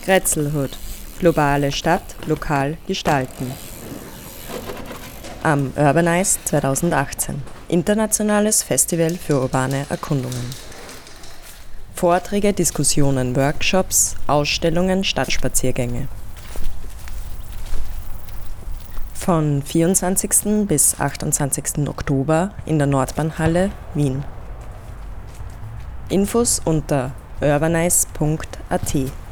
Grätzelhood. Globale Stadt, lokal gestalten. Am Urbanize 2018. Internationales Festival für urbane Erkundungen. Vorträge, Diskussionen, Workshops, Ausstellungen, Stadtspaziergänge. Von 24. bis 28. Oktober in der Nordbahnhalle, Wien. Infos unter urbanize.at.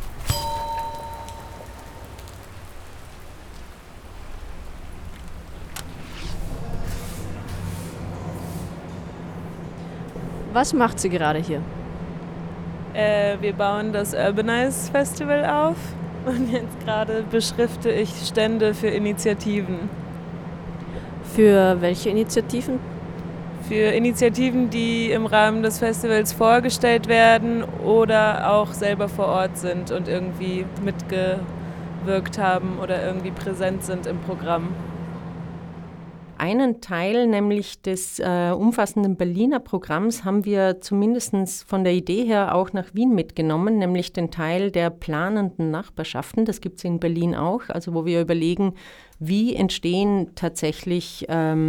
Was macht sie gerade hier? Wir bauen das Urbanize Festival auf und jetzt gerade beschrifte ich Stände für Initiativen. Für welche Initiativen? Für Initiativen, die im Rahmen des Festivals vorgestellt werden oder auch selber vor Ort sind und irgendwie mitgewirkt haben oder irgendwie präsent sind im Programm. Einen Teil, nämlich des umfassenden Berliner Programms, haben wir zumindest von der Idee her auch nach Wien mitgenommen, nämlich den Teil der planenden Nachbarschaften. Das gibt es in Berlin auch, also wo wir überlegen, wie entstehen tatsächlich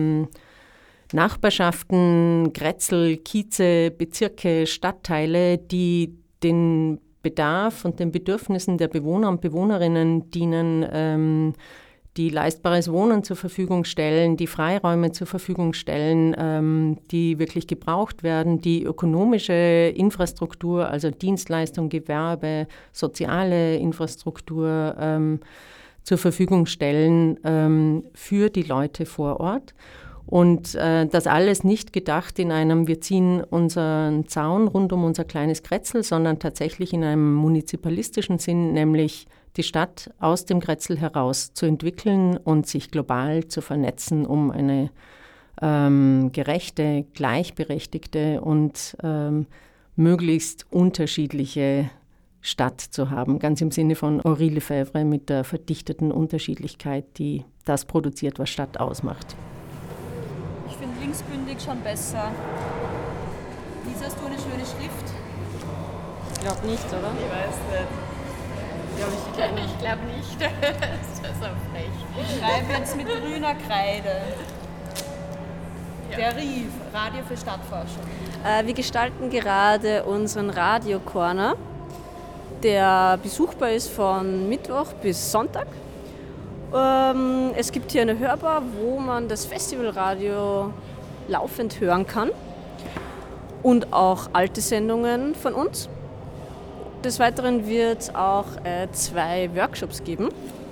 Nachbarschaften, Grätzel, Kieze, Bezirke, Stadtteile, die den Bedarf und den Bedürfnissen der Bewohner und Bewohnerinnen dienen, die leistbares Wohnen zur Verfügung stellen, die Freiräume zur Verfügung stellen, die wirklich gebraucht werden, die ökonomische Infrastruktur, also Dienstleistung, Gewerbe, soziale Infrastruktur zur Verfügung stellen für die Leute vor Ort. Und das alles nicht gedacht in einem, wir ziehen unseren Zaun rund um unser kleines Grätzel, sondern tatsächlich in einem munizipalistischen Sinn, nämlich die Stadt aus dem Grätzel heraus zu entwickeln und sich global zu vernetzen, um eine gerechte, gleichberechtigte und möglichst unterschiedliche Stadt zu haben. Ganz im Sinne von Henri Lefebvre mit der verdichteten Unterschiedlichkeit, die das produziert, was Stadt ausmacht. Ich finde linksbündig schon besser. Lisa, hast du eine schöne Schrift? Ich glaube nicht, oder? Ich weiß nicht. Ich glaube nicht. Das ist so frech. Ich schreibe jetzt mit grüner Kreide. Ja. Der RIF, Radio für Stadtforschung. Wir gestalten gerade unseren Radio-Corner, der besuchbar ist von Mittwoch bis Sonntag. Es gibt hier eine Hörbar, wo man das Festivalradio laufend hören kann und auch alte Sendungen von uns. Des Weiteren wird es auch 2 Workshops geben.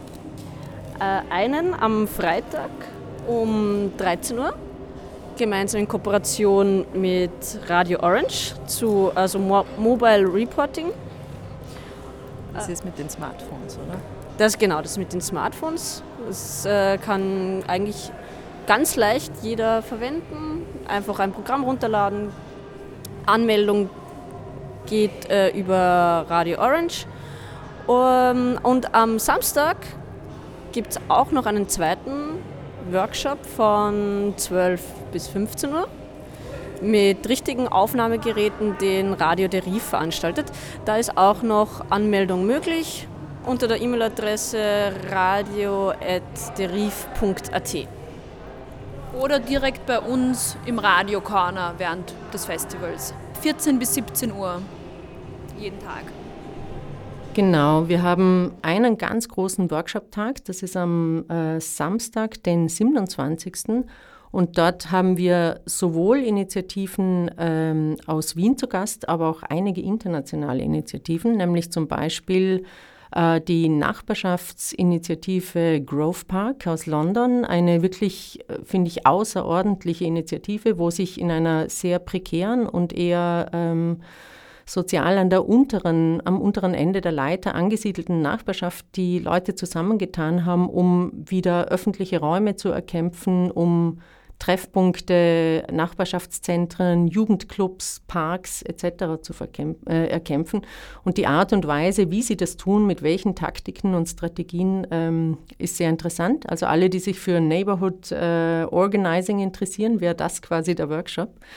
Einen am Freitag um 13 Uhr, gemeinsam in Kooperation mit Radio Orange, also Mobile Reporting. Das ist mit den Smartphones, oder? Das ist mit den Smartphones. Das kann eigentlich ganz leicht jeder verwenden. Einfach ein Programm runterladen. Anmeldung geht über Radio Orange. Und am Samstag gibt es auch noch einen zweiten Workshop von 12 bis 15 Uhr mit richtigen Aufnahmegeräten, den Radio der RIF veranstaltet. Da ist auch noch Anmeldung möglich unter der E-Mail-Adresse radio@derif.at. Oder direkt bei uns im Radio Corner während des Festivals. 14 bis 17 Uhr. Jeden Tag. Genau, wir haben einen ganz großen Workshop-Tag, das ist am Samstag, den 27. Und dort haben wir sowohl Initiativen aus Wien zu Gast, aber auch einige internationale Initiativen, nämlich zum Beispiel die Nachbarschaftsinitiative Grove Park aus London, eine wirklich, finde ich, außerordentliche Initiative, wo sich in einer sehr prekären und eher sozial am unteren Ende der Leiter angesiedelten Nachbarschaft die Leute zusammengetan haben, um wieder öffentliche Räume zu erkämpfen, um Treffpunkte, Nachbarschaftszentren, Jugendclubs, Parks etc. zu erkämpfen. Und die Art und Weise, wie sie das tun, mit welchen Taktiken und Strategien, ist sehr interessant. Also alle, die sich für Neighborhood Organizing interessieren, wäre das quasi der Workshop.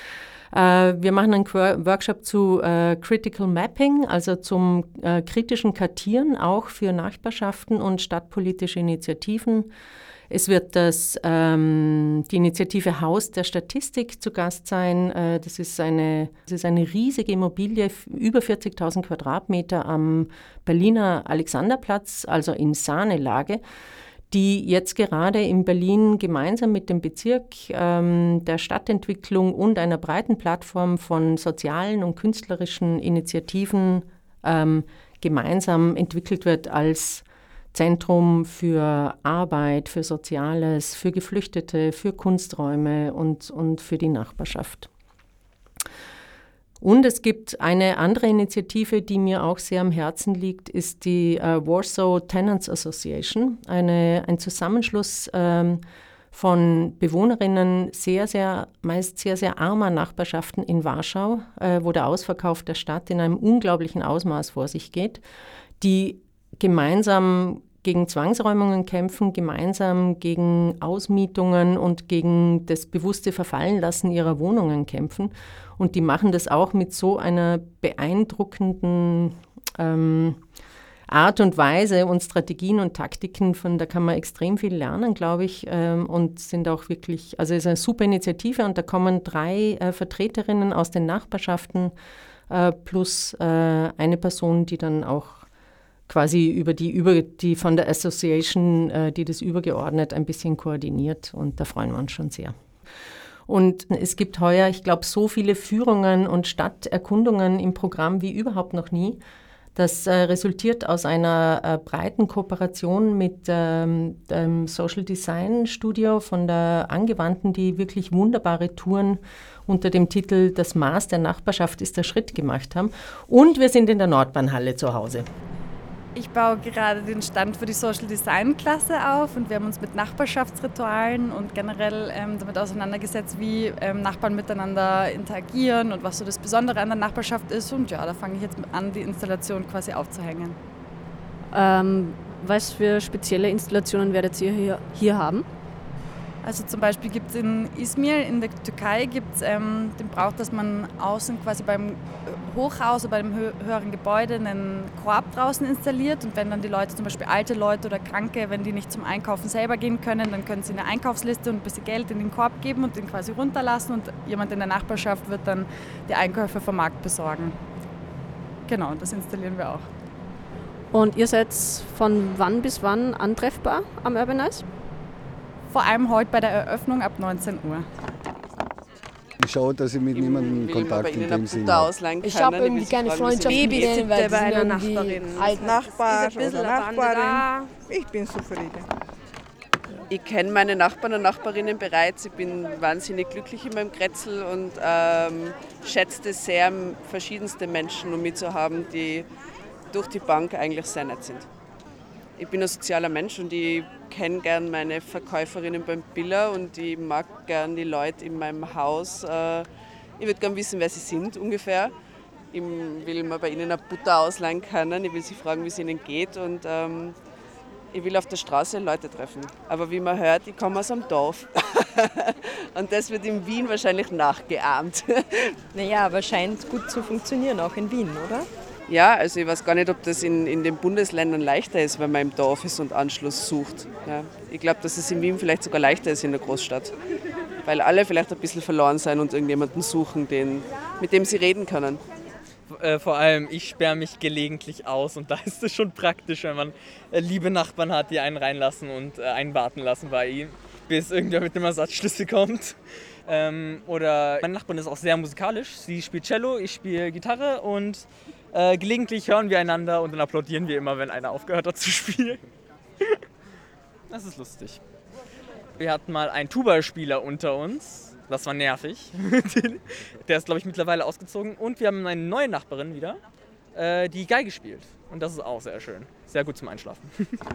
Wir machen einen Workshop zu Critical Mapping, also zum kritischen Kartieren, auch für Nachbarschaften und stadtpolitische Initiativen. Es wird die Initiative Haus der Statistik zu Gast sein. Das ist eine riesige Immobilie, über 40.000 Quadratmeter am Berliner Alexanderplatz, also in Sahnelage, die jetzt gerade in Berlin gemeinsam mit dem Bezirk der Stadtentwicklung und einer breiten Plattform von sozialen und künstlerischen Initiativen gemeinsam entwickelt wird als Zentrum für Arbeit, für Soziales, für Geflüchtete, für Kunsträume und für die Nachbarschaft. Und es gibt eine andere Initiative, die mir auch sehr am Herzen liegt, ist die Warsaw Tenants Association, ein Zusammenschluss von Bewohnerinnen meist sehr, sehr armer Nachbarschaften in Warschau, wo der Ausverkauf der Stadt in einem unglaublichen Ausmaß vor sich geht, die gemeinsam gegen Zwangsräumungen kämpfen, gemeinsam gegen Ausmietungen und gegen das bewusste Verfallenlassen ihrer Wohnungen kämpfen. Und die machen das auch mit so einer beeindruckenden Art und Weise und Strategien und Taktiken, da kann man extrem viel lernen, glaube ich, und sind auch wirklich, also es ist eine super Initiative und da kommen 3 Vertreterinnen aus den Nachbarschaften plus eine Person, die dann auch quasi über die von der Association, die das übergeordnet ein bisschen koordiniert und da freuen wir uns schon sehr. Und es gibt heuer, ich glaube, so viele Führungen und Stadterkundungen im Programm wie überhaupt noch nie. Das resultiert aus einer breiten Kooperation mit dem Social Design Studio von der Angewandten, die wirklich wunderbare Touren unter dem Titel Das Maß der Nachbarschaft ist der Schritt gemacht haben. Und wir sind in der Nordbahnhalle zu Hause. Ich baue gerade den Stand für die Social Design Klasse auf und wir haben uns mit Nachbarschaftsritualen und generell damit auseinandergesetzt, wie Nachbarn miteinander interagieren und was so das Besondere an der Nachbarschaft ist. Und ja, da fange ich jetzt an, die Installation quasi aufzuhängen. Was für spezielle Installationen werdet ihr hier haben? Also zum Beispiel gibt es in Izmir in der Türkei den Brauch, dass man außen quasi beim Hochhaus oder bei einem höheren Gebäude einen Korb draußen installiert und wenn dann die Leute, zum Beispiel alte Leute oder Kranke, wenn die nicht zum Einkaufen selber gehen können, dann können sie eine Einkaufsliste und ein bisschen Geld in den Korb geben und den quasi runterlassen und jemand in der Nachbarschaft wird dann die Einkäufe vom Markt besorgen. Genau, das installieren wir auch. Und ihr seid von wann bis wann antreffbar am Urbanize? Vor allem heute bei der Eröffnung ab 19 Uhr. Ich schaue, dass ich mit niemandem Kontakt in dem Sinne habe. Ich habe irgendwie keine Freundschaft mit denen, weil bei einer die Nachbarin. alten Nachbar oder Nachbarin. Ich bin zufrieden. Ich kenne meine Nachbarn und Nachbarinnen bereits. Ich bin wahnsinnig glücklich in meinem Grätzl und schätze es sehr, verschiedenste Menschen um mich zu haben, die durch die Bank eigentlich sehr nett sind. Ich bin ein sozialer Mensch und ich kenne gern meine Verkäuferinnen beim Biller und ich mag gern die Leute in meinem Haus. Ich würde gern wissen, wer sie sind ungefähr. Ich will mal bei ihnen eine Butter ausleihen können, ich will sie fragen, wie es ihnen geht und ich will auf der Straße Leute treffen. Aber wie man hört, ich komme aus einem Dorf und das wird in Wien wahrscheinlich nachgeahmt. Naja, aber scheint gut zu funktionieren, auch in Wien, oder? Ja, also ich weiß gar nicht, ob das in den Bundesländern leichter ist, wenn man im Dorf ist und Anschluss sucht. Ja, ich glaube, dass es in Wien vielleicht sogar leichter ist in der Großstadt, weil alle vielleicht ein bisschen verloren sein und irgendjemanden suchen, mit dem sie reden können. Vor allem, ich sperre mich gelegentlich aus und da ist es schon praktisch, wenn man liebe Nachbarn hat, die einen reinlassen und einen warten lassen bei ihm, bis irgendwer mit dem Ersatzschlüssel kommt. Oder meine Nachbarin ist auch sehr musikalisch, sie spielt Cello, ich spiele Gitarre und gelegentlich hören wir einander und dann applaudieren wir immer, wenn einer aufgehört hat zu spielen. Das ist lustig. Wir hatten mal einen Tuba-Spieler unter uns. Das war nervig. Der ist, glaube ich, mittlerweile ausgezogen. Und wir haben eine neue Nachbarin wieder, die Geige spielt. Und das ist auch sehr schön. Sehr gut zum Einschlafen.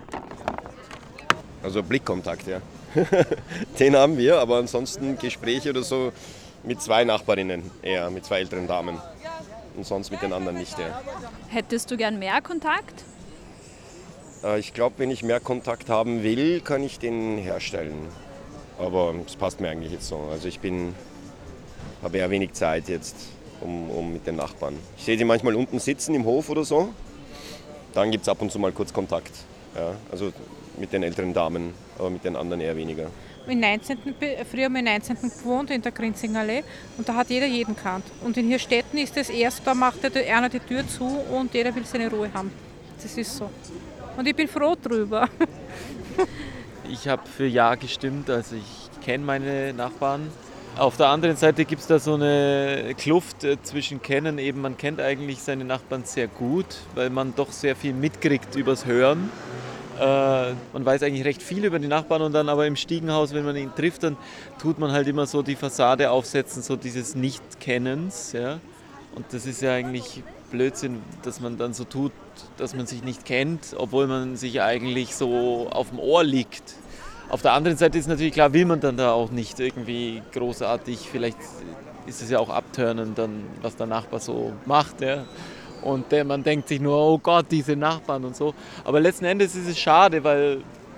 Also Blickkontakt, ja. Den haben wir, aber ansonsten Gespräche oder so mit 2 Nachbarinnen eher, mit 2 älteren Damen. Und sonst mit den anderen nicht, ja. Hättest du gern mehr Kontakt? Ich glaube, wenn ich mehr Kontakt haben will, kann ich den herstellen. Aber es passt mir eigentlich jetzt so. Also ich bin habe eher wenig Zeit jetzt, um mit den Nachbarn. Ich sehe sie manchmal unten sitzen im Hof oder so. Dann gibt es ab und zu mal kurz Kontakt. Ja, also mit den älteren Damen, aber mit den anderen eher weniger. Früher haben wir im 19. gewohnt, in der Grinzingallee, und da hat jeder jeden kannt. Und in Hirstetten ist das erst, da macht einer die Tür zu und jeder will seine Ruhe haben. Das ist so. Und ich bin froh drüber. Ich habe für Ja gestimmt, also ich kenne meine Nachbarn. Auf der anderen Seite gibt es da so eine Kluft zwischen Kennen, eben man kennt eigentlich seine Nachbarn sehr gut, weil man doch sehr viel mitkriegt übers Hören. Man weiß eigentlich recht viel über die Nachbarn und dann aber im Stiegenhaus, wenn man ihn trifft, dann tut man halt immer so die Fassade aufsetzen, so dieses Nicht-Kennens. Ja? Und das ist ja eigentlich Blödsinn, dass man dann so tut, dass man sich nicht kennt, obwohl man sich eigentlich so auf dem Ohr liegt. Auf der anderen Seite ist natürlich klar, will man dann da auch nicht irgendwie großartig, vielleicht ist es ja auch abturnend, dann, was der Nachbar so macht. Ja? Und man denkt sich nur, oh Gott, diese Nachbarn und so. Aber letzten Endes ist es schade, weil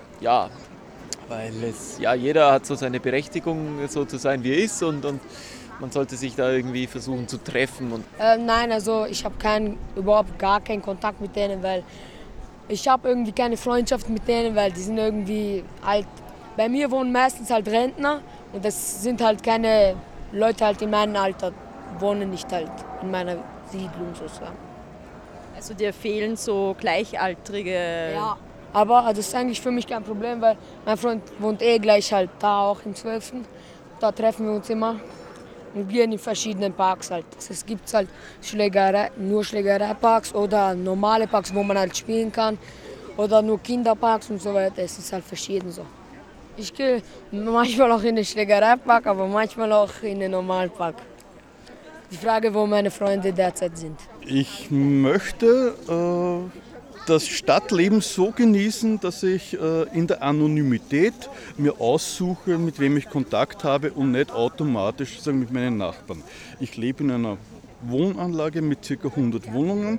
jeder hat so seine Berechtigung, so zu sein, wie er ist und man sollte sich da irgendwie versuchen zu treffen. Nein, also ich habe überhaupt gar keinen Kontakt mit denen, weil ich habe irgendwie keine Freundschaft mit denen, weil die sind irgendwie halt, bei mir wohnen meistens halt Rentner und das sind halt keine Leute halt in meinem Alter, wohnen nicht halt in meiner Siedlung sozusagen. Also dir fehlen so Gleichaltrige? Ja, aber das ist eigentlich für mich kein Problem, weil mein Freund wohnt gleich halt da auch im 12. Da treffen wir uns immer und gehen in verschiedenen Parks halt. Es gibt halt nur Schlägereiparks oder normale Parks, wo man halt spielen kann oder nur Kinderparks und so weiter. Es ist halt verschieden so. Ich gehe manchmal auch in den Schlägereipark, aber manchmal auch in den normalen Park. Die Frage, wo meine Freunde derzeit sind. Ich möchte das Stadtleben so genießen, dass ich in der Anonymität mir aussuche, mit wem ich Kontakt habe und nicht automatisch sagen, mit meinen Nachbarn. Ich lebe in einer Wohnanlage mit ca. 100 Wohnungen.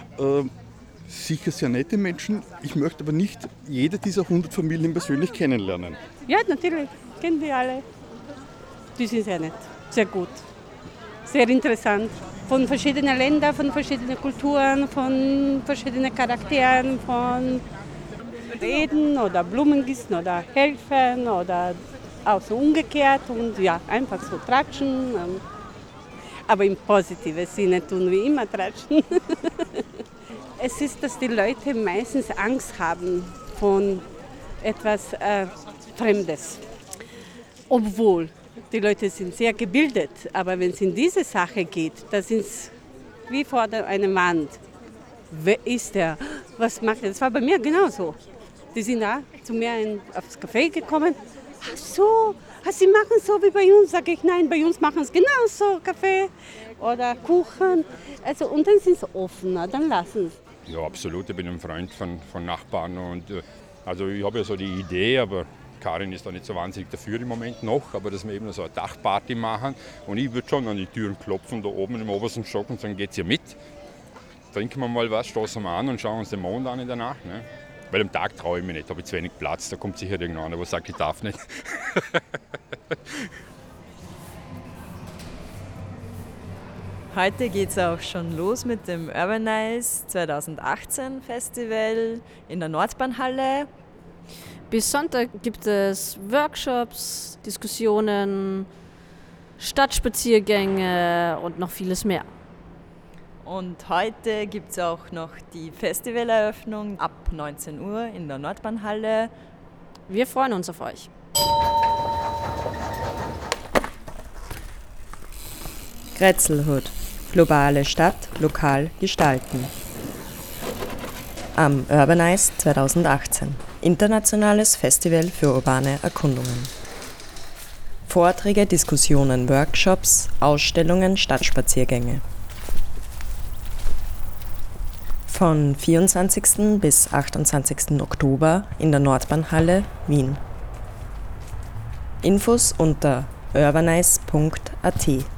Sicher sehr nette Menschen. Ich möchte aber nicht jede dieser 100 Familien persönlich kennenlernen. Ja, natürlich. Kennen wir alle. Die sind sehr nett. Sehr gut. Sehr interessant. Von verschiedenen Ländern, von verschiedenen Kulturen, von verschiedenen Charakteren, von Reden oder Blumen gießen oder helfen oder auch so umgekehrt und ja, einfach so tratschen. Aber im positiven Sinne tun wir immer tratschen. Es ist, dass die Leute meistens Angst haben von etwas Fremdes. Obwohl die Leute sind sehr gebildet, aber wenn es in diese Sache geht, da sind es wie vor einer Wand. Wer ist der? Was macht er? Das war bei mir genauso. Die sind da zu mir aufs Café gekommen. Ach so, Sie machen so wie bei uns. Sage ich, nein, bei uns machen es genauso, Kaffee oder Kuchen. Also, und dann sind sie offener, dann lassen sie. Ja, absolut. Ich bin ein Freund von Nachbarn. Und, also ich habe ja so die Idee, aber Karin ist da nicht so wahnsinnig dafür im Moment noch, aber dass wir eben so eine Dachparty machen. Und ich würde schon an die Türen klopfen, da oben im obersten Stock und sagen, geht's hier mit? Trinken wir mal was, stoßen wir an und schauen uns den Mond an in der Nacht. Ne? Weil am Tag traue ich mich nicht, habe ich zu wenig Platz, da kommt sicher irgendeiner, der sagt, ich darf nicht. Heute geht es auch schon los mit dem Urbanize 2018 Festival in der Nordbahnhalle. Bis Sonntag gibt es Workshops, Diskussionen, Stadtspaziergänge und noch vieles mehr. Und heute gibt es auch noch die Festivaleröffnung ab 19 Uhr in der Nordbahnhalle. Wir freuen uns auf euch. Grätzelhut. Globale Stadt, lokal gestalten. Am Urbanize 2018. Internationales Festival für urbane Erkundungen. Vorträge, Diskussionen, Workshops, Ausstellungen, Stadtspaziergänge. Von 24. bis 28. Oktober in der Nordbahnhalle, Wien. Infos unter urbanize.at.